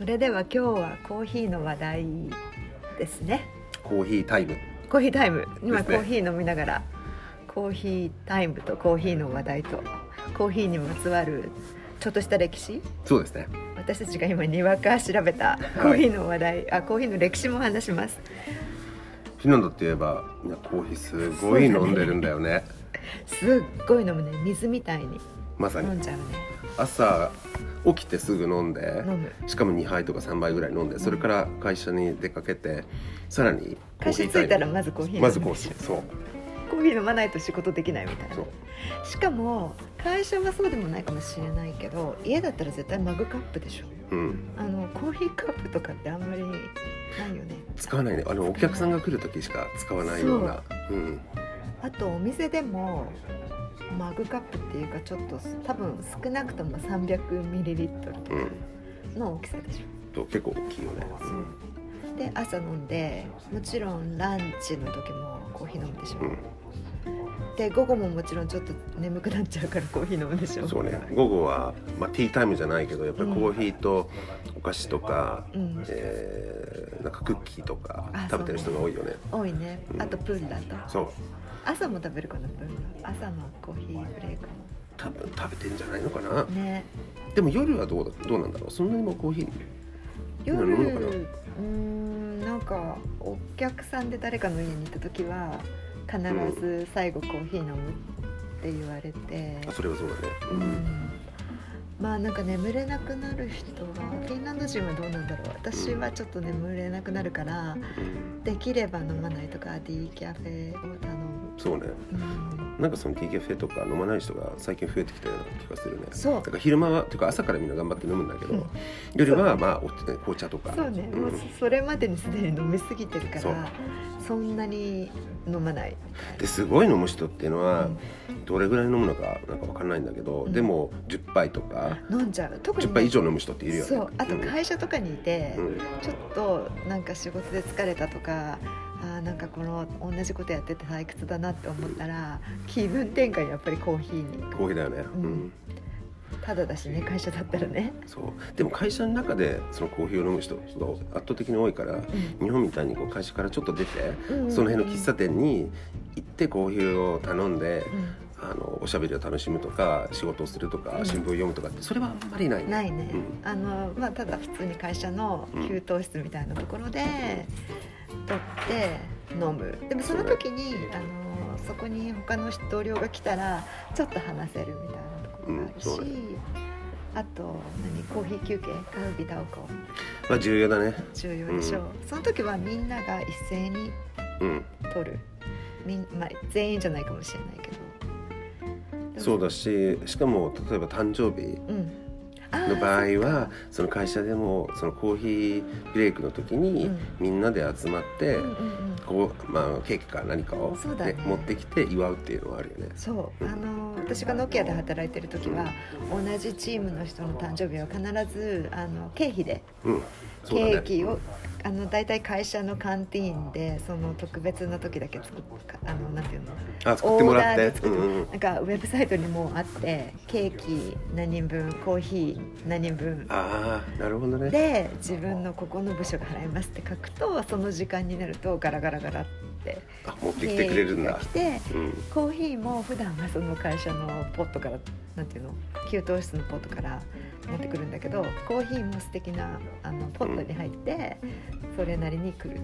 それでは今日はコーヒーの話題ですね。 コーヒータイム。 コーヒータイム。今、 ですね。 コーヒー飲みながらコーヒータイムとコーヒーの話題とコーヒーにまつわるちょっとした歴史。 そうですね。 私たちが今にわか調べたコーヒーの話題、コーヒーの歴史も話します。 フィンランドって言えばみんなコーヒーすごい飲んでるんだよね。 すっごい飲むね。水みたいにまさに飲んじゃうね。 朝起きてすぐ飲んで、 飲む。 しかも2杯とか3杯ぐらい飲んで、それから会社に出かけて、さらにコーヒ会社着いータイム。 たらまずコーヒー飲む。 まずコーヒー。そうコーヒー飲まないと仕事できないみたいな。 そう。 しかも会社はそうでもないかもしれないけど、家だったら絶対マグカップでしょ。 うん。 コーヒーカップとかってあんまりないよね。 使わないね。お客さんが来る時しか使わないような。うん。 あとお店でもマグカップっていうかちょっと多分少なくとも 300ml とかの大きさでしょ。 と結構大きいよね。 そうで朝飲んで、もちろんランチの時もコーヒー飲むでしょ。で午後ももちろんちょっと眠くなっちゃうからコーヒー飲むでしょ。 そうね。午後は、ティータイムじゃないけど、やっぱりコーヒーとお菓子とか、なんかクッキーとか食べてる人が多いよね。 多いね。あとプールだと。 そう。 朝も食べるかな、プール。朝のコーヒーブレイクも多分食べてんじゃないのかな。 ね。 でも夜はどうなんだろう。そんなにもコーヒー夜飲むのかな。 なんかお客さんで誰かの家に行った時は必ず最後コーヒー飲むって言われて、 それはそうだね。 まあなんか眠れなくなる人はフィンランド人はどうなんだろう。私はちょっと眠れなくなるから、できれば飲まないとかディーキャフェを頼む。 そうね。なんかそのディーキャフェとか飲まない人が最近増えてきたような気がするね。 そうだから昼間はというか朝からみんな頑張って飲むんだけど、夜は紅茶とか。 そうね。もうそれまでにすでに飲みすぎてるから、そんなに飲まない。 ですごい飲む人っていうのは、どれぐらい飲むのかなんか分かんないんだけど、でも10杯とか飲んじゃう。特に、 10杯以上飲む人っているよね。 そう。あと会社とかにいて、ちょっとなんか仕事で疲れたとか、なんかこの同じことやってて退屈だなって思ったら、気分転換やっぱりコーヒーに。 コーヒーだよね。 ただだしね、会社だったらね。 そうでも会社の中でそのコーヒーを飲む人が圧倒的に多いから、日本みたいにこう会社からちょっと出て、その辺の喫茶店に行ってコーヒーを頼んで、おしゃべりを楽しむとか仕事をするとか、新聞を読むとかってそれはあんまりないね。 ないね。ただ普通に会社の給湯室みたいなところで取って飲む。でもその時にそこに他の同僚が来たらちょっと話せるみたいなところがあるし、あとコーヒー休憩カウビタオコは重要だね。 重要でしょ。その時はみんなが一斉に取る。全員じゃないかもしれないけど。 そうだし、しかも例えば誕生日の場合は、その会社でもそのコーヒーブレイクの時にみんなで集まって、ケーキか何かを、持ってきて祝うっていうのはあるよね。 そう、私がノキアで働いてる時は、同じチームの人の誕生日は必ず経費で、ケーキをだいたい会社のカンティーンでその特別な時だけ作ってもらって、なんかウェブサイトにもあって、ケーキ何人分、コーヒー何人分、 なるほどね。 で自分のここの部署が払いますって書くと、その時間になるとガラガラガラって持ってきてくれるんだ。 来て、コーヒーも普段はその会社のポットから給湯室のポットから持ってくるんだけど、コーヒーも素敵なポットに入ってそれなりに来るっていう、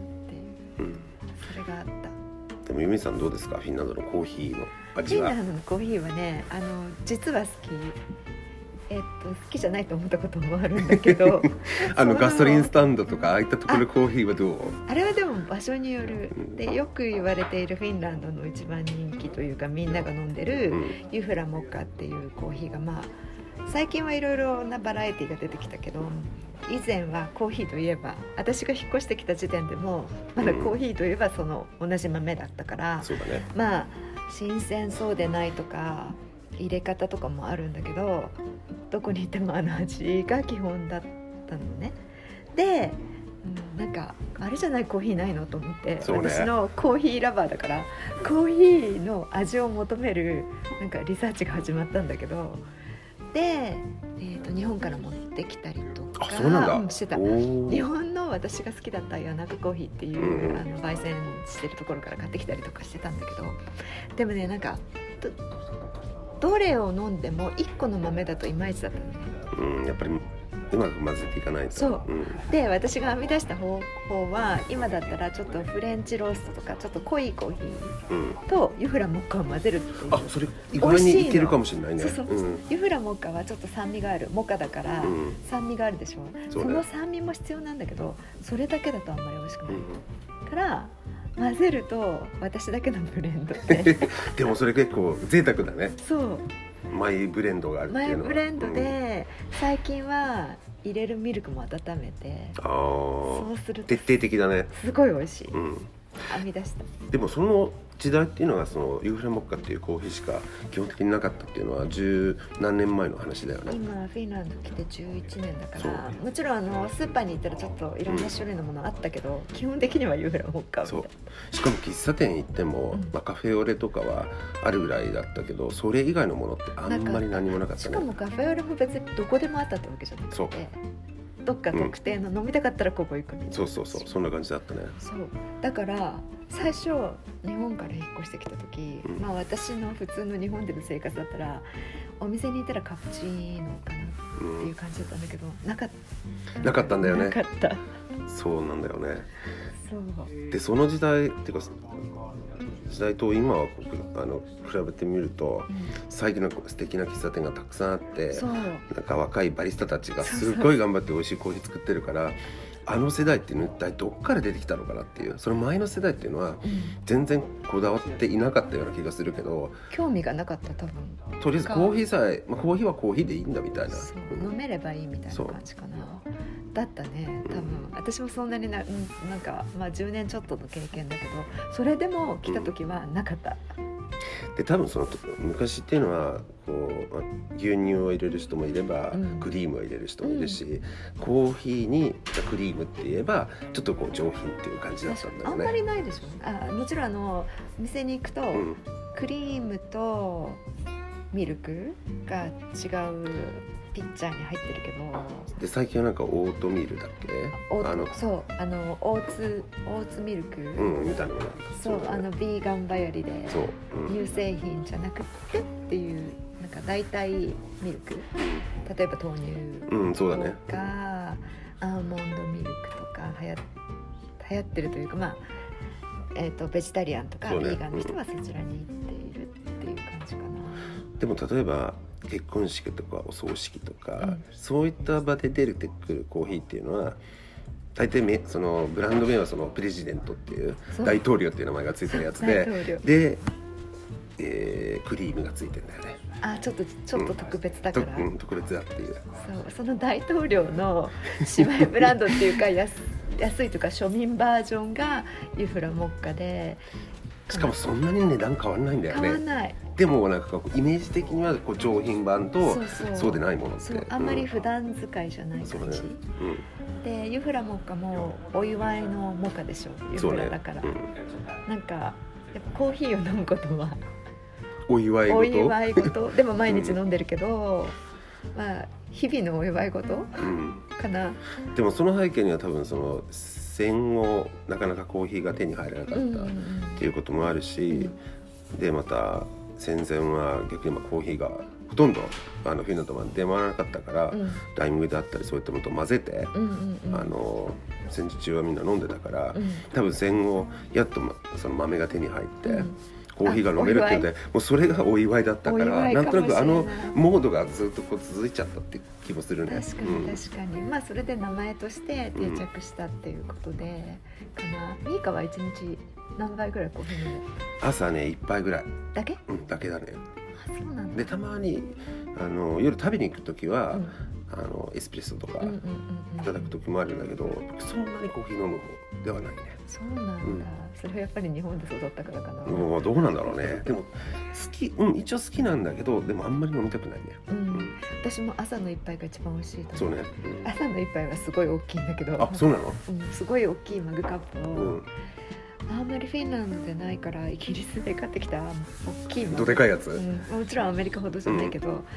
それがあった。 でもユミさんどうですか、フィンランドのコーヒーの味は。 フィンランドのコーヒーはね、実は好き。好きじゃないと思ったこともあるんだけどガソリンスタンドとかああいったところのコーヒーはどう？ あれはでも場所による。でよく言われているフィンランドの一番人気というか、みんなが飲んでるユフラモッカっていうコーヒーが、最近はいろいろなバラエティが出てきたけど、以前はコーヒーといえば、私が引っ越してきた時点でもまだコーヒーといえばその同じ豆だったから、 そうだね。 新鮮そうでないとか入れ方とかもあるんだけど、どこに行っても味が基本だったのね。で、なんかあれじゃないコーヒーないのと思って、私のコーヒーラバーだからコーヒーの味を求めるなんかリサーチが始まったんだけど、 で、日本から持ってきたりとかそうなんだ、 してた。日本の私が好きだった谷中コーヒーっていう、焙煎してるところから買ってきたりとかしてたんだけど、でもねなんかどれを飲んでも1個の豆だといまいちだったのね。 やっぱりうまく混ぜていかないと。 そう、で私が編み出した方法は今だったらちょっとフレンチローストとかちょっと濃いコーヒーとユフラモッカを混ぜるっていう。 それ意外にいけるかもしれないね。 そう、ユフラモッカはちょっと酸味がある、モカだから酸味があるでしょ、その酸味も必要なんだけどそれだけだとあんまり美味しくない、から混ぜると私だけのブレンドででもそれ結構贅沢だね。 そうマイブレンドがあるっていうのは。 マイブレンドで、最近は入れるミルクも温めて、そうすると徹底的だね。 すごい美味しい、編み出した。 でもその時代っていうのはそのユーフラモッカっていうコーヒーしか基本的になかったっていうのは十何年前の話だよね。 今フィンランド来て11年だから、もちろんスーパーに行ったらちょっといろんな種類のものあったけど、基本的にはユーフラモッカみたいな。 しかも喫茶店行っても、カフェオレとかはあるぐらいだったけど、それ以外のものってあんまり何もなかったね。 しかもカフェオレも別にどこでもあったってわけじゃなくて、どっか特定の飲みたかったらここ行くみたいな。 そうそんな感じだったね。 そうだから最初日本から引っ越してきた時、私の普通の日本での生活だったらお店にいたらカプチーノかなっていう感じだったんだけど、なかったんだよね。なかった。 そうなんだよね。 そうでその時代っていうか時代と今は比べてみると、最近の素敵な喫茶店がたくさんあって、なんか若いバリスタたちがすごい頑張って美味しいコーヒー作ってるから、あの世代っていうのは一体どっから出てきたのかなっていう、その前の世代っていうのは全然こだわっていなかったような気がするけど、 興味がなかった多分。 とりあえずコーヒーさえ、コーヒーはコーヒーでいいんだみたいな、 飲めればいいみたいな感じかな。だったね多分。私もそんなになんか10年ちょっとの経験だけど、それでも来た時はなかった。 で多分その昔っていうのは牛乳を入れる人もいれば、クリームを入れる人もいるし、コーヒーにクリームって言えばちょっと上品っていう感じだったんだよね。 あんまりないでしょ。もちろん店に行くと、クリームとミルクが違うピッチャーに入ってるけど、で最近はなんかオートミールだっけ？ そうオーツミルク、 みたいなの。 そうビーガンバヤリで、乳製品じゃなくてっていう、なんか代替ミルク、例えば豆乳とか、アーモンドミルクとか流行ってるというか、ベジタリアンとかビーガンの人はそちらに行っているっていう感じかな。 でも例えば結婚式とかお葬式とか、そういった場で出てくるコーヒーっていうのは大体そのブランド名はそのプレジデントっていう大統領っていう名前がついてるやつで、クリームがついてるんだよね。 ちょっと特別だから、 特別だっていう。 その大統領の姉妹ブランドっていうか安いとか庶民バージョンがユフラモッカで、 しかもそんなに値段変わらないんだよね。 変わらない。 でもなんかイメージ的には上品版とそうでないものって、 あんまり普段使いじゃない感じ、でユフラモッカもお祝いのモカでしょ、ユフラだから、なんかやっぱコーヒーを飲むことはお祝い事でも毎日飲んでるけど、日々のお祝い事かな。 でもその背景には多分戦後なかなかコーヒーが手に入らなかったっていうこともあるし、でまた戦前は逆にコーヒーがほとんどフィンランドまで出回らなかったから、ライ麦だったりそういったものと混ぜて、戦時中はみんな飲んでたから、多分戦後やっとその豆が手に入って、コーヒーが飲めるっていうので、もうそれがお祝いだったから、なんとなくモードがずっと続いちゃったって気もするね。 確かに、それで名前として定着したっていうことでかな。ミーカは1日何杯ぐらいコーヒー飲む？ 朝ね1杯ぐらいだけ？ だけだね。 そうなんだ。 でたまに夜食べに行くときは、エスプレッソとかいただく時もあるんだけど、そんなにコーヒー飲む方ではないね。 そうなんだ、それはやっぱり日本で育ったからかな。 もうどうなんだろうね。でも一応好きなんだけど、でもあんまり飲みたくないね。 私も朝の一杯が一番美味しいと思う。 そうね、 朝の一杯はすごい大きいんだけど。 あ、そうなの？ すごい大きいマグカップを、あんまりフィンランドでないからイギリスで買ってきた大きいマグカップ、 どでかいやつ、 もちろんアメリカほどじゃないけど、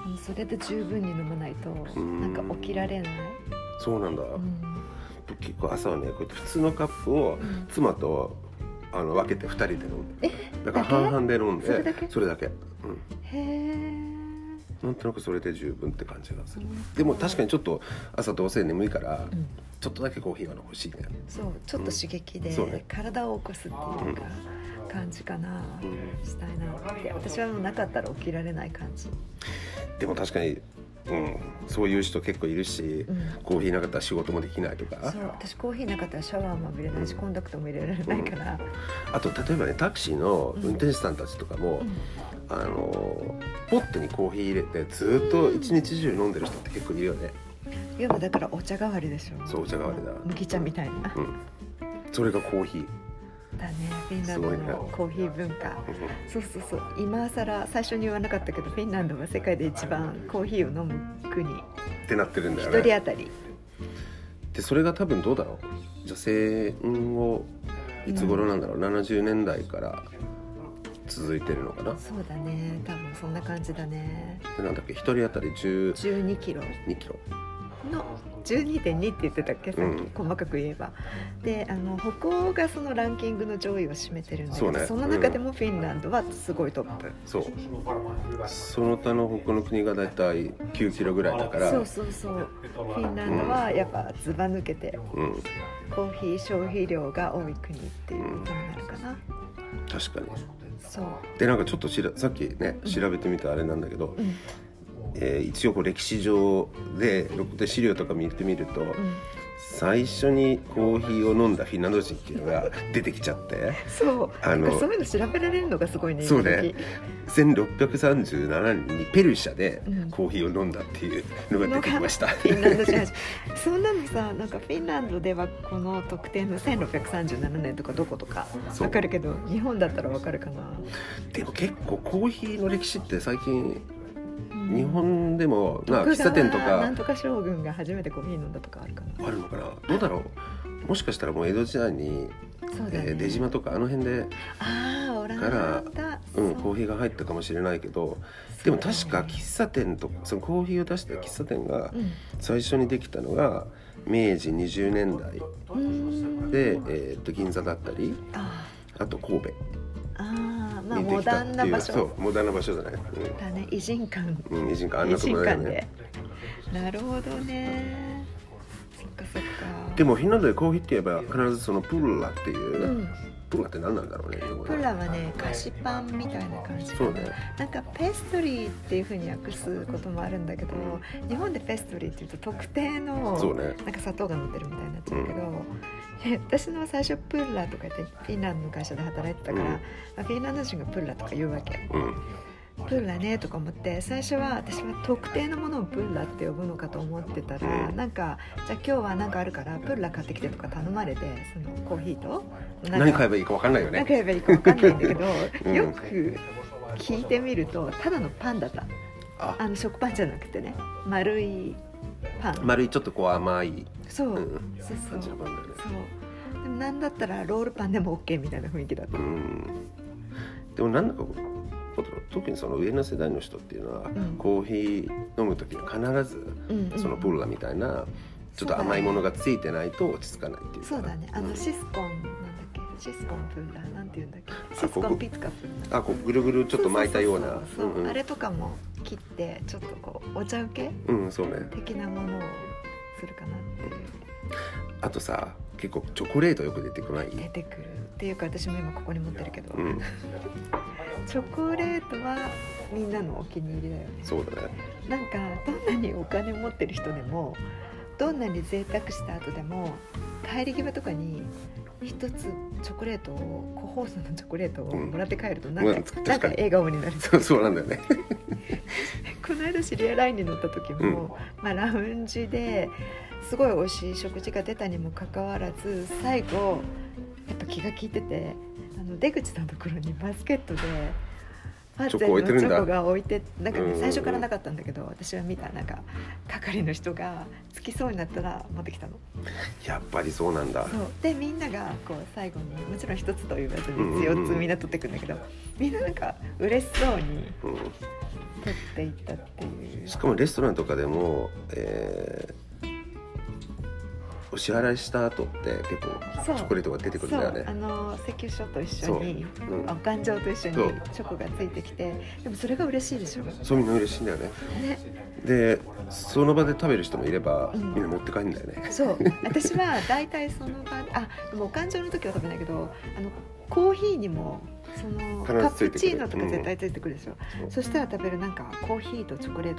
それで十分に飲まないとなんか起きられない。 そうなんだ、結構朝はねこうやって普通のカップを妻と分けて2人で飲んで、だから半々で飲んで、それだけ、へえ。なんとなくそれで十分って感じがする。でも確かにちょっと朝どうせ眠いから、ちょっとだけコーヒーは欲しいね。 そう、ちょっと刺激で体を起こすっていうか感じかな、したいなって。私はもうなかったら起きられない感じ。 でも確かに、そういう人結構いるし、コーヒーなかったら仕事もできないとか。そう、 私コーヒーなかったらシャワーも浴びれないし、コンタクトも入れられないから、 あと例えばねタクシーの運転手さんたちとかも、ポットにコーヒー入れてずっと一日中飲んでる人って結構いるよね。 要はだからお茶代わりでしょ。 そう、お茶代わりだ。 麦茶みたいな、 それがコーヒーだね。フィンランドのコーヒー文化、そうそうそう。今更最初に言わなかったけど、フィンランドは世界で一番コーヒーを飲む国ってなってるんだよね。 一人当たりで、それが多分どうだろう、女性をいつ頃なんだろう、70年代から続いてるのかな。 そうだね、多分そんな感じだね。 でなんだっけ、1人当たり 12キロ 2キロの 12.2 って言ってたっけ、さっき、細かく言えば。で、北欧がそのランキングの上位を占めてるんだけど、その中でもフィンランドはすごいトップ。そう、 その他の他の国がだいたい9キロぐらいだから。そうそうそう。 フィンランドはやっぱずば抜けて、コーヒー消費量が多い国っていうことになるかな。 確かに。 そうで、なんかちょっとさっきね調べてみたあれなんだけど、一応こう歴史上で資料とか見てみると、最初にコーヒーを飲んだフィンランド人っていうのが出てきちゃってそうそういうの調べられるのがすごいね。 そうね、1637年にペルシャでコーヒーを飲んだっていうのが出てきました、 フィンランド人そんなのさ、なんかフィンランドではこの特定の1637年とかどことか分かるけど、日本だったら分かるかな。 でも結構コーヒーの歴史って最近日本でも喫茶店とかなんとか将軍が初めてコーヒー飲んだとかあるかな。 あるのかな、どうだろう。もしかしたらもう江戸時代に、出島とかあの辺でからコーヒーが入ったかもしれないけど、でも確か喫茶店とかそのコーヒーを出した喫茶店が最初にできたのが明治20年代で、銀座だったり、あと神戸、 まあモダンな場所。 そうモダンな場所だね。 だね、偉人館。 偉人館、あんなとこだよね。 なるほどね。そっかそっか。 でもフィンランドでコーヒーって言えば必ずそのプルラっていう、プルラって何なんだろうね。 プルラはね、菓子パンみたいな感じ。そうね。なんかペストリーっていう風に訳すこともあるんだけど、日本でペストリーって言うと特定のなんか砂糖が乗ってるみたいになっちゃうけど、私の最初プルラとか言ってフィンランドの会社で働いてたから、フィンランド人がプルラとか言うわけ。プルラねとか思って、最初は私は特定のものをプルラって呼ぶのかと思ってたら、なんかじゃあ今日は何かあるからプルラ買ってきてとか頼まれて、そのコーヒーと何買えばいいか分かんないよね。 何買えばいいか分かんないんだけど、よく聞いてみるとただのパンだった。食パンじゃなくてね、丸いパン、 丸いちょっとこう甘い、 そう、そうそう、でもなんだったらロールパンでも OK みたいな雰囲気だった。 でもなんだか特にその上の世代の人っていうのは、コーヒー飲む時に必ずそのプルラみたいなちょっと甘いものがついてないと落ち着かないっていうか。 そうだね、シスコンなんだっけ、シスコンプルラなんていうんだっけ、シスコンピツカプルラ、 こうぐるぐるちょっと巻いたような、 あれとかも切ってちょっとこうお茶受け、 そうね、 的なものをするかなっていう。 あとさ、結構チョコレートよく出てこない？ 出てくるっていうか、私も今ここに持ってるけど、チョコレートはみんなのお気に入りだよね。 そうだね。 なんかどんなにお金持ってる人でも、どんなに贅沢した後でも、帰り際とかに一つチョコレートを、個包装のチョコレートをもらって帰るとなんか笑顔になる。 そうなんだよね。 この間シリアラインに乗った時も、ラウンジですごい美味しい食事が出たにもかかわらず、最後やっぱ気が利いてて、出口のところにバスケットでパッツェのチョコが置いて、なんか最初からなかったんだけど、私は見た、なんか係の人がつきそうになったら持ってきたの。 やっぱりそうなんだ。 そうで、みんながこう最後に、もちろん一つと言わずに4つみんな取ってくんだけど、みんななんか嬉しそうにっていったっていう。 しかもレストランとかでも、お支払いした後って結構チョコレートが出てくるんだよね。 請求書と一緒に、お勘定と一緒にチョコがついてきて、でもそれが嬉しいでしょ。 そうみんな嬉しいんだよね。でその場で食べる人もいれば、みんな持って帰るんだよね。 そう私は大体その場でもお勘定の時は食べないけど、コーヒーにもそのカプチーノとか絶対ついてくるでしょ。そしたら食べるなんかコーヒーとチョコレートって、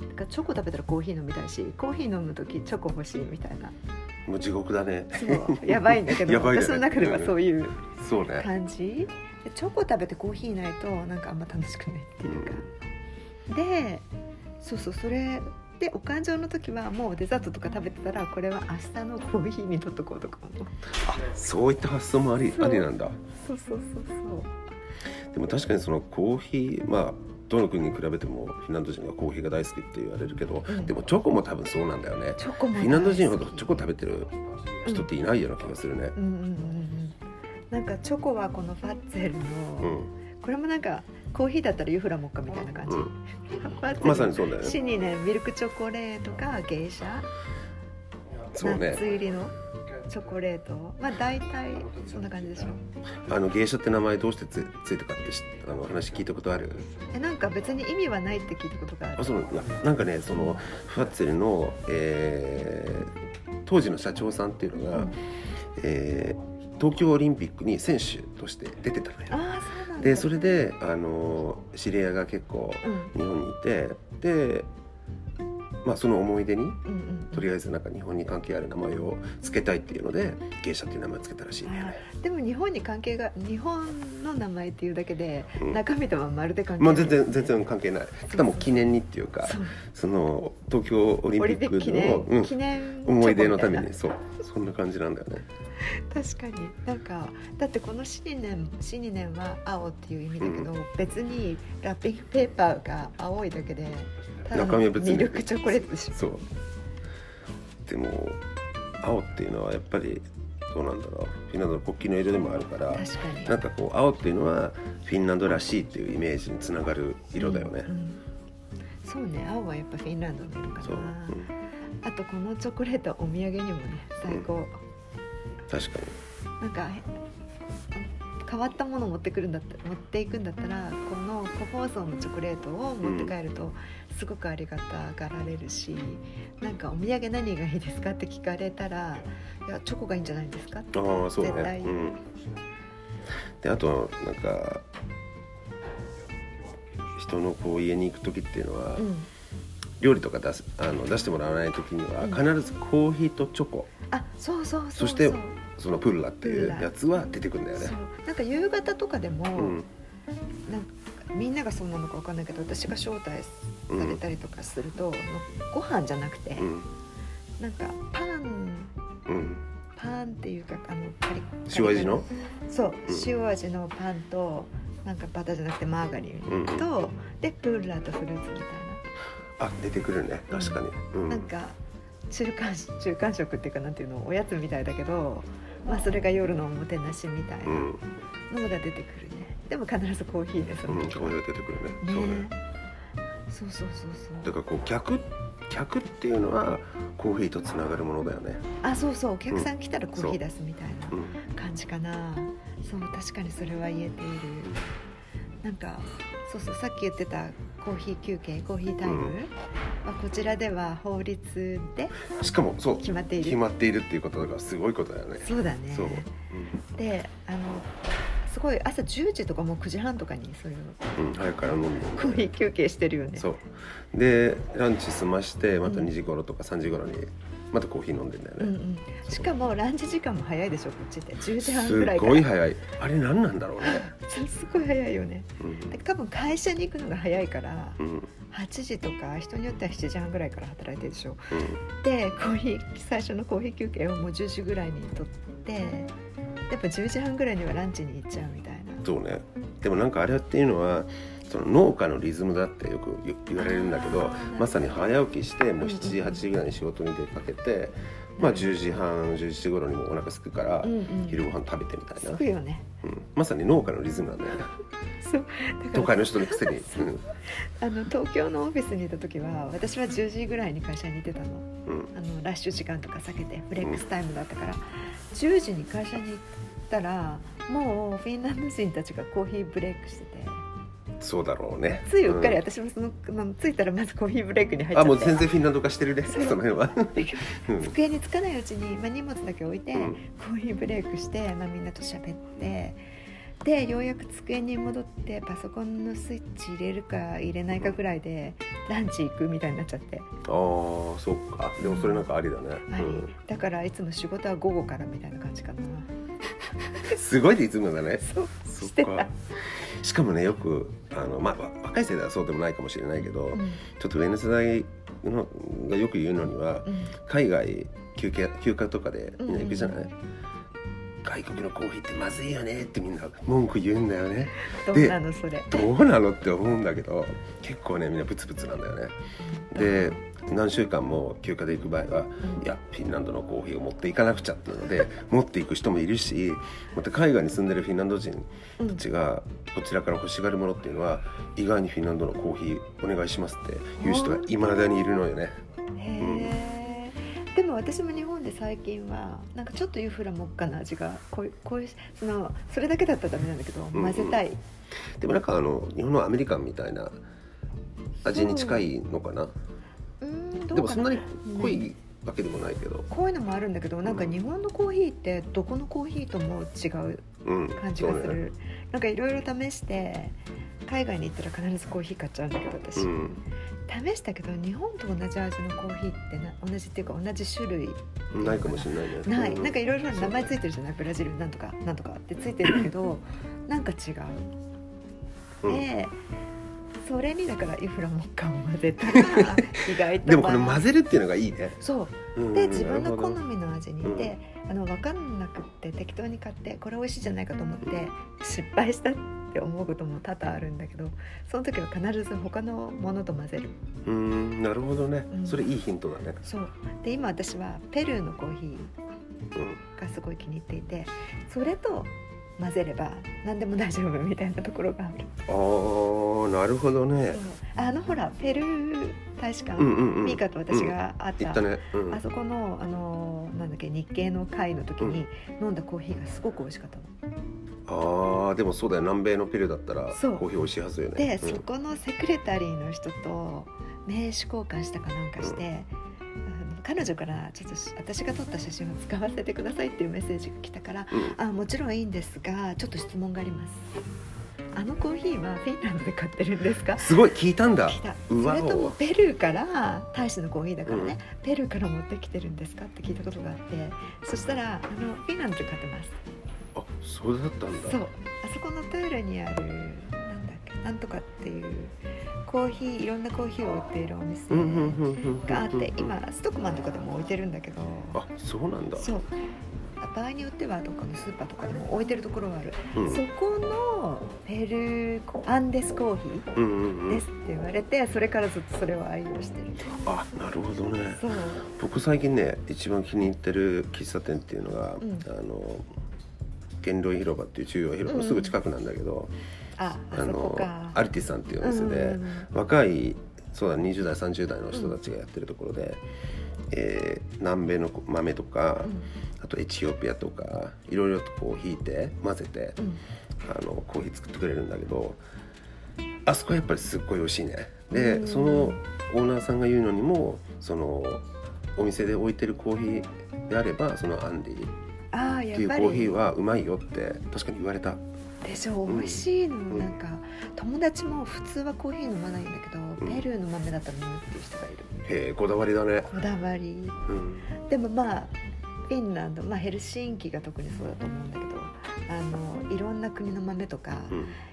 なんかチョコ食べたらコーヒー飲みたいし、コーヒー飲む時チョコ欲しいみたいな。 もう地獄だね。 そうやばいんだけど、私の中ではそういう感じ、 ね、 でチョコ食べてコーヒーないとなんかあんま楽しくないっていうか、でそれでお勘定の時はもうデザートとか食べてたら、これは明日のコーヒーにとっとこうとかも。 そういった発想もありなんだ。 そうでも確かにそのコーヒー、どの国に比べてもフィンランド人がコーヒーが大好きって言われるけど、でもチョコも多分そうなんだよね。フィンランド人ほどチョコ食べてる人っていないような気がするね。 なんかチョコはこのファッツェルの、これもなんかコーヒーだったらユフラモッカみたいな感じ、 まさにそうだよね。 シニネミルクチョコレートかゲイシャ、 そうね、 ナッツ入りのチョコレート、大体そんな感じでしょ。 ゲイシャって名前どうしてついたかって話聞いたことある？ なんか別に意味はないって聞いたことがある。 そうなんかね、そのファッツェルの、当時の社長さんっていうのが、東京オリンピックに選手として出てたのよ。でそれで知り合いが結構日本にいて、でその思い出に、とりあえずなんか日本に関係ある名前を付けたいっていうのでゲイシャっていう名前を付けたらしいんだよね。 でも日本に関係が、日本の名前っていうだけで、中身とはまるで関係ない。 全然関係ない。ただもう記念にっていうか、その東京オリンピックの記念思い出のために、そんな感じなんだよね。 確かになんかだってこのシニネンは青っていう意味だけど、別にラッピングペーパーが青いだけで、 中身は別にミルクチョコレートでしょ。 そうでも青っていうのはやっぱりどうなんだろう、フィンランドの国旗の色でもあるから、 確かになんかこう青っていうのはフィンランドらしいっていうイメージにつながる色だよね。 そうね、青はやっぱフィンランドの色かな。あとこのチョコレートお土産にもね最高。 確かになんか変わったものを持っていくんだったら、この個包装のチョコレートを持って帰るとすごくありがたがられるし、なんかお土産何がいいですかって聞かれたら、いやチョコがいいんじゃないですかってそうね、 絶対、 であとなんか人のこう家に行く時っていうのは、料理とか出してもらわない時には必ずコーヒーとチョコ、そしてそのプルラっていうやつは出てくるんだよね。 なんか夕方とかでも、なんかみんながそうなのか分かんないけど、私が招待されたりとかすると、ご飯じゃなくて、なんかパンっていうか塩味の塩味のパンと、なんかバターじゃなくてマーガリンと、でプルラとフルーツみたいな。出てくるね、確かに。 なんか中間食っていうか、なんていうの、おやつみたいだけど、それが夜のおもてなしみたいなものが出てくるね。でも必ずコーヒーで、 コーヒーが出てくるね。 そうだからこう客っていうのはコーヒーとつながるものだよね。 お客さん来たらコーヒー出すみたいな感じかな。確かにそれは言えている。なんかさっき言ってたコーヒー休憩、コーヒータイム、こちらでは法律でしかも決まっているっていうことだから、すごいことだよね。 そうだね。ですごい朝10時とかもう9時半とかにそういうの、 早くから飲んでコーヒー休憩してるよね。 でランチ済ましてまた2時頃とか3時頃にまたコーヒー飲んでんだよね。 しかもランチ時間も早いでしょ、こっちって10時半ぐらいから。すごい早い。あれ何なんだろうね。 すごい早いよね。多分会社に行くのが早いから、8時とか人によっては7時半ぐらいから働いてるでしょ。で最初のコーヒー休憩をもう10時ぐらいにとって、やっぱ10時半ぐらいにはランチに行っちゃうみたいな。 そうね。でもなんかあれっていうのはその農家のリズムだってよく言われるんだけど、まさに早起きしてもう7時8時ぐらいに仕事に出かけて、まあ、10時半11時頃にもお腹すくから、昼ご飯食べてみたいな、 すくよね、 まさに農家のリズムなんだよね。 そう都会の人のくせに東京のオフィスにいた時は私は10時ぐらいに会社にいてたの、ラッシュ時間とか避けてフレックスタイムだったから、10時に会社に行ったらもうフィンランド人たちがコーヒーブレイクしてて、 そうだろうね。 ついうっかり私も着いたらまずコーヒーブレイクに入っちゃって、 もう全然フィンランド化してるね、その辺は机につかないうちに、荷物だけ置いて、コーヒーブレイクして、みんなと喋って、でようやく机に戻ってパソコンのスイッチ入れるか入れないかぐらいでランチ行くみたいになっちゃって、 そっか。でもそれなんかありだね、 だからいつも仕事は午後からみたいな感じかなすごいリズムだね。 そうしてた。 しかもね、よく若い世代はそうでもないかもしれないけど、ちょっと上の世代のがよく言うのには、海外休暇とかでみんな行くじゃない、外国のコーヒーってまずいよねってみんな文句言うんだよね。 どうなのそれ。 どうなのって思うんだけど、結構ねみんなブツブツなんだよね。で何週間も休暇で行く場合は、いやフィンランドのコーヒーを持っていかなくちゃっていうので持っていく人もいるし、また海外に住んでるフィンランド人たちがこちらから欲しがるものっていうのは、意外にフィンランドのコーヒーお願いしますっていう人がいまだにいるのよね。 でも私も日本で最近はなんかちょっとユーフラモッカの味がこういうそれだけだったらダメなんだけど混ぜたい、 でもなんか日本のアメリカンみたいな味に近いのかな。でもそんなに濃いわけでもないけど、 こういうのもあるんだけど、なんか日本のコーヒーってどこのコーヒーとも違う感じがする、なんかいろいろ試して海外に行ったら必ずコーヒー買っちゃうんだけど私、試したけど日本と同じ味のコーヒーって同じっていうか同じ種類ないかもしれないね。 ない、なんかいろいろ名前ついてるじゃない、ブラジルなんとかなんとかってついてるけどなんか違う、でそれにだからユフラモッカを混ぜたら意外とでもこれ混ぜるっていうのがいいね。 そうで自分の好みの味にで、分かんなくって適当に買ってこれ美味しいじゃないかと思って失敗したって思うことも多々あるんだけど、その時は必ず他のものと混ぜる。 なるほどね、それいいヒントだね。 そうで今私はペルーのコーヒーがすごい気に入っていて、それと混ぜれば何でも大丈夫みたいなところがある。 なるほどね。 ほらペルー大使館、ミカと私が会った、 ね、 あそこのなんだっけ日系の会の時に飲んだコーヒーがすごく美味しかったの。 でもそうだよ、南米のペルーだったらコーヒー美味しいはずよね。 で、そこのセクレタリーの人と名刺交換したかなんかして、彼女からちょっと私が撮った写真を使わせてくださいっていうメッセージが来たから、もちろんいいんですがちょっと質問があります。コーヒーはフィンランドで買ってるんですか？ すごい聞いたんだ。 それともペルーから大使のコーヒーだからね、ペルーから持ってきてるんですかって聞いたことがあって、そしたらフィンランドで買ってます。 そうだったんだ。 そう、あそこのプールにあるなんとかっていうコーヒー、いろんなコーヒーを売っているお店があって、今ストックマンとかでも置いてるんだけど。 そうなんだ。 そう、場合によってはどっかのスーパーとかでも置いてるところがある、そこのペルーアンデスコーヒーですって言われて、それからずっとそれを愛用してる。 なるほどね。 そう、 僕最近ね一番気に入ってる喫茶店っていうのが、元老院広場っていう中央広場のすぐ近くなんだけど、 あそこか、 アルティさんっていうお店で、若い20代30代の人たちがやってるところで、南米の豆とか、あとエチオピアとかいろいろとこうひいて混ぜて、コーヒー作ってくれるんだけど、あそこはやっぱりすっごい美味しいね。でそのオーナーさんが言うのにも、そのお店で置いてるコーヒーであればそのアンディっていうコーヒーはうまいよって確かに言われたでしょ。美味しいの、なんか友達も普通はコーヒー飲まないんだけど、ペルーの豆だったら飲むっていう人がいる。 へえ、こだわりだね。 こだわり、でもフィンランド、ヘルシンキが特にそうだと思うんだけど、いろんな国の豆とか、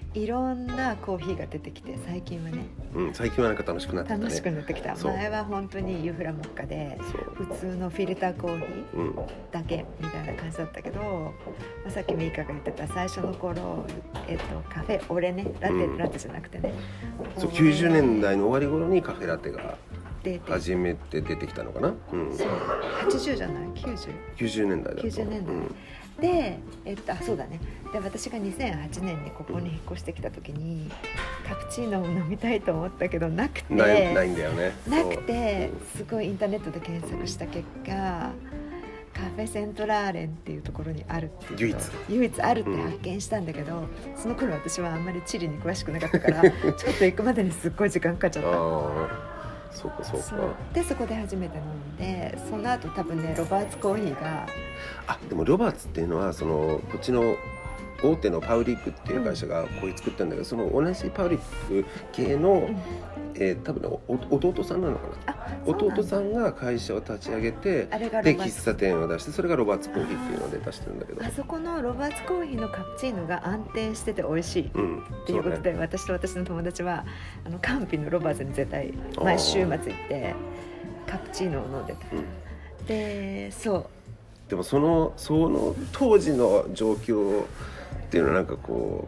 いろんなコーヒーが出てきて、最近はね、 最近はなんか楽しくなってきたね。 楽しくなってきた。前は本当にユーフラモッカで普通のフィルターコーヒーだけみたいな感じだったけど、さっきミーカが言ってた最初の頃、カフェオレね、ラテじゃなくてね、 そう、90年代の終わり頃にカフェラテが初めて出てきたのかな。 そう、80じゃない、 90年代だと。 90年代、で、そうだね。で、私が2008年にここに引っ越してきた時に、カプチーノを飲みたいと思ったけどなくて、 ないんだよね。 なくて、すごいインターネットで検索した結果、カフェセントラーレンっていうところにあるっていう、唯一あるって発見したんだけど、その頃私はあんまりチリに詳しくなかったからちょっと行くまでにすっごい時間かかっちゃった。 そうか。 でそこで初めて飲んで、その後多分ね、ロバーツコーヒーが、 でもロバーツっていうのはこっちの大手のパウリックっていう会社がこういう作ってるんだけど、その同じパウリック系の、多分弟さんなのかな。弟さんが会社を立ち上げて、で喫茶店を出して、それがロバーツコーヒーっていうので出してるんだけど、 あそこのロバーツコーヒーのカプチーノが安定してて美味しいっていうことで、私と私の友達はカンピのロバーツに絶対毎週末行ってカプチーノを飲んでた。で、 でもその当時の状況っていうのはなんかこ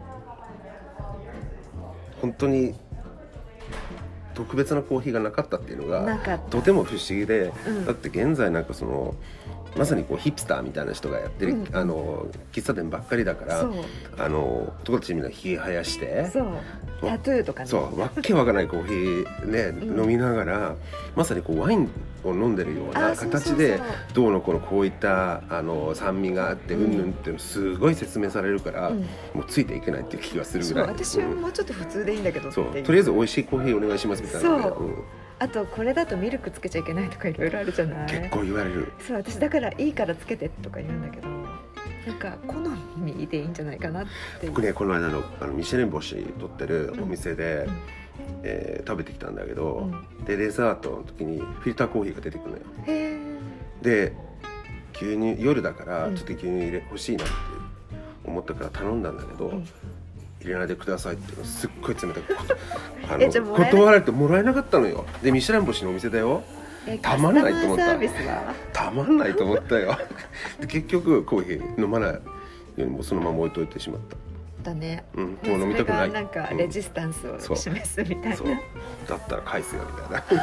う本当に特別なコーヒーがなかったっていうのがとても不思議で、だって現在なんかまさにこうヒップスターみたいな人がやってる、喫茶店ばっかりだから、男たちみんなひげ生やして、 タトゥーとかね、 わけわからないコーヒーね、飲みながらまさにこうワインを飲んでるような形で、どうのこういった酸味があってうんぬんっていうのすごい説明されるから、もうついていけないっていう気がするぐらい。 私はもうちょっと普通でいいんだけどっていう、 とりあえず美味しいコーヒーお願いしますみたいな。 あとこれだとミルクつけちゃいけないとかいろいろあるじゃない。 結構言われる。 そう、私だからいいからつけてとか言うんだけど、なんか好みでいいんじゃないかなって。 僕ね、この間のミシェレン星取ってるお店で、食べてきたんだけど、でデザートの時にフィルターコーヒーが出てくるのよ。で牛乳、夜だからちょっと牛乳欲しいなって思ったから頼んだんだけど、入れないでくださいっていうのすっごい冷たく断られてもらえなかったのよ。でミシュラン星のお店だよ。たまんないと思った。たまんないと思ったよで結局コーヒー飲まないようにもそのまま置いといてしまった。 だね、 もう飲みたくない。 それがなんかレジスタンスを示すみたいな、 だったら返すよみたいななんか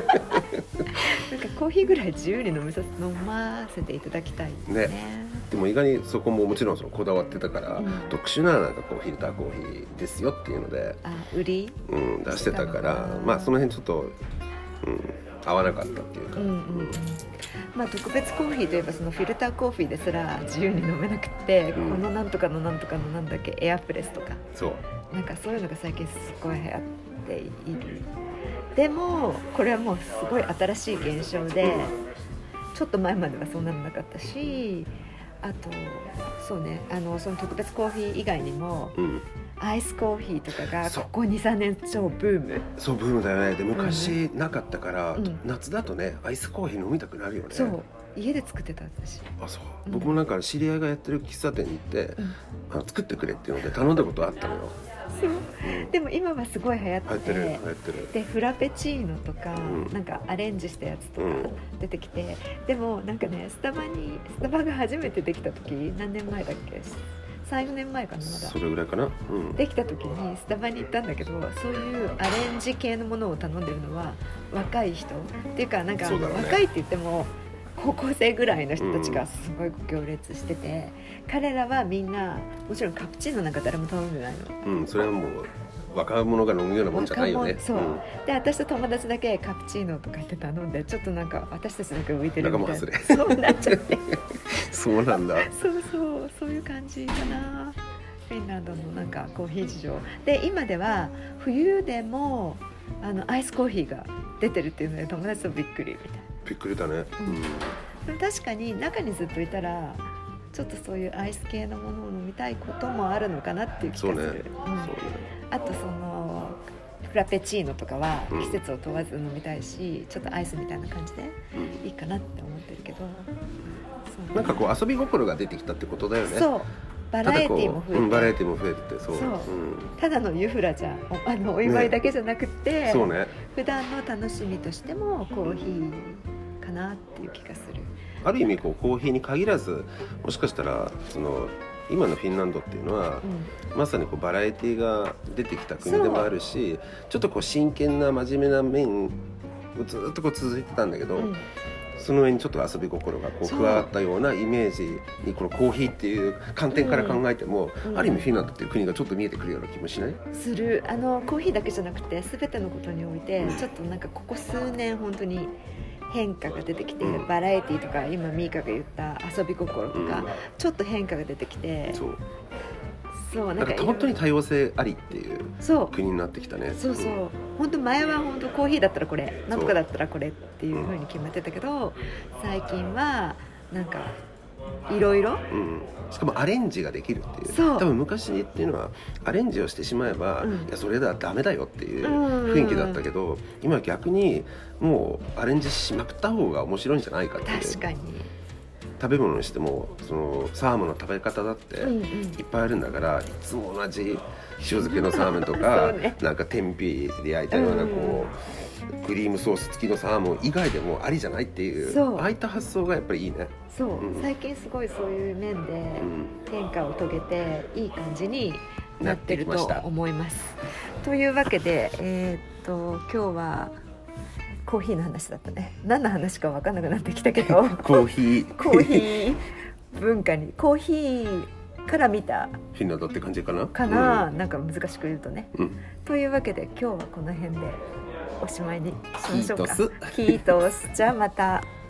コーヒーぐらい自由に飲ませていただきたいね。 でも意外にそこももちろんこだわってたから、特殊ななんかこうフィルターコーヒーですよっていうので売り、 出してたから、その辺ちょっと、合わなかったっていうか、 特別コーヒーといえばそのフィルターコーヒーですら自由に飲めなくて、このなんとかのなんとかのなんだっけ、エアプレスとか、なんかそういうのが最近すごい流行っている。でもこれはもうすごい新しい現象で、ちょっと前まではそんなのなかったし、あとそうね、その特別コーヒー以外にも、アイスコーヒーとかがここ 2,3 年超ブーム。 そうブームだよね。で昔なかったから、夏だとねアイスコーヒー飲みたくなるよね。 そう家で作ってた私。 そう、僕もなんか知り合いがやってる喫茶店に行って、作ってくれっていうので頼んだことあったのよ。 そう、でも今はすごい流行ってて、 流行ってる。 でフラペチーノとか、なんかアレンジしたやつとか出てきて、でもなんかね、スタバが初めてできた時何年前だっけ、3、4年前かな、まだそれぐらいかな、 できた時にスタバに行ったんだけど、そういうアレンジ系のものを頼んでるのは若い人っていうか、なんか若いって言っても高校生ぐらいの人たちがすごい行列してて、彼らはみんなもちろんカプチーノなんか誰も頼んでないの。 それはもう若者が飲むようなもんじゃないよね。 そう、で私と友達だけカプチーノとか言って頼んで、ちょっとなんか私たちだけ浮いてるみたいな、そうなっちゃってそうなんだ。 そういう感じかな、フィンランドのなんかコーヒー事情で。今では冬でもアイスコーヒーが出てるっていうので、友達とびっくりみたいな。 びっくりだね。 でも確かに中にずっといたらちょっとそういうアイス系のものを飲みたいこともあるのかなっていう気がする。あとそのフラペチーノとかは季節を問わず飲みたいし、ちょっとアイスみたいな感じでいいかなって思ってるけど、 なんかこう遊び心が出てきたってことだよね。 そうバラエティも増えて、 バラエティも増えてて、そう、 ただのユフラじゃお祝いだけじゃなくて、 そうね、 普段の楽しみとしてもコーヒーかなっていう気がする。 ある意味コーヒーに限らず、もしかしたら今のフィンランドっていうのは、まさにバラエティが出てきた国でもあるし、ちょっと真剣な真面目な面ずっと続いてたんだけど、その上にちょっと遊び心が加わったようなイメージに、このコーヒーっていう観点から考えても、ある意味フィンランドっていう国がちょっと見えてくるような気もしない？ する。コーヒーだけじゃなくて全てのことにおいて、ちょっとなんかここ数年本当に変化が出てきて、バラエティとか今ミーカが言った遊び心とか、ちょっと変化が出てきて、 なんか本当に多様性ありっていう国になってきたね。 そう本当前は本当コーヒーだったらこれ、なんとかだったらこれっていう風に決まってたけど、最近はなんかいろいろ、 しかもアレンジができるっていう。多分昔っていうのはアレンジをしてしまえば、いやそれではダメだよっていう雰囲気だったけど、今は逆にもうアレンジしまくった方が面白いんじゃないかっていう。 確かに。 食べ物にしてもサーモンの食べ方だっていっぱいあるんだから、いつも同じ塩漬けのサーモンとか、なんか天日で焼いたようなクリームソース付きのサーモン以外でもありじゃないっていう、ああいった発想がやっぱりいいね。 最近すごいそういう面で変化を遂げていい感じになってると思います。というわけで、今日はコーヒーの話だったね。何の話か分かんなくなってきたけどコーヒー文化に、コーヒーから見たフィンランドって感じかな、 なんか難しく言うとね、というわけで今日はこの辺でおしまいにしましょうか。キートス。じゃあまた。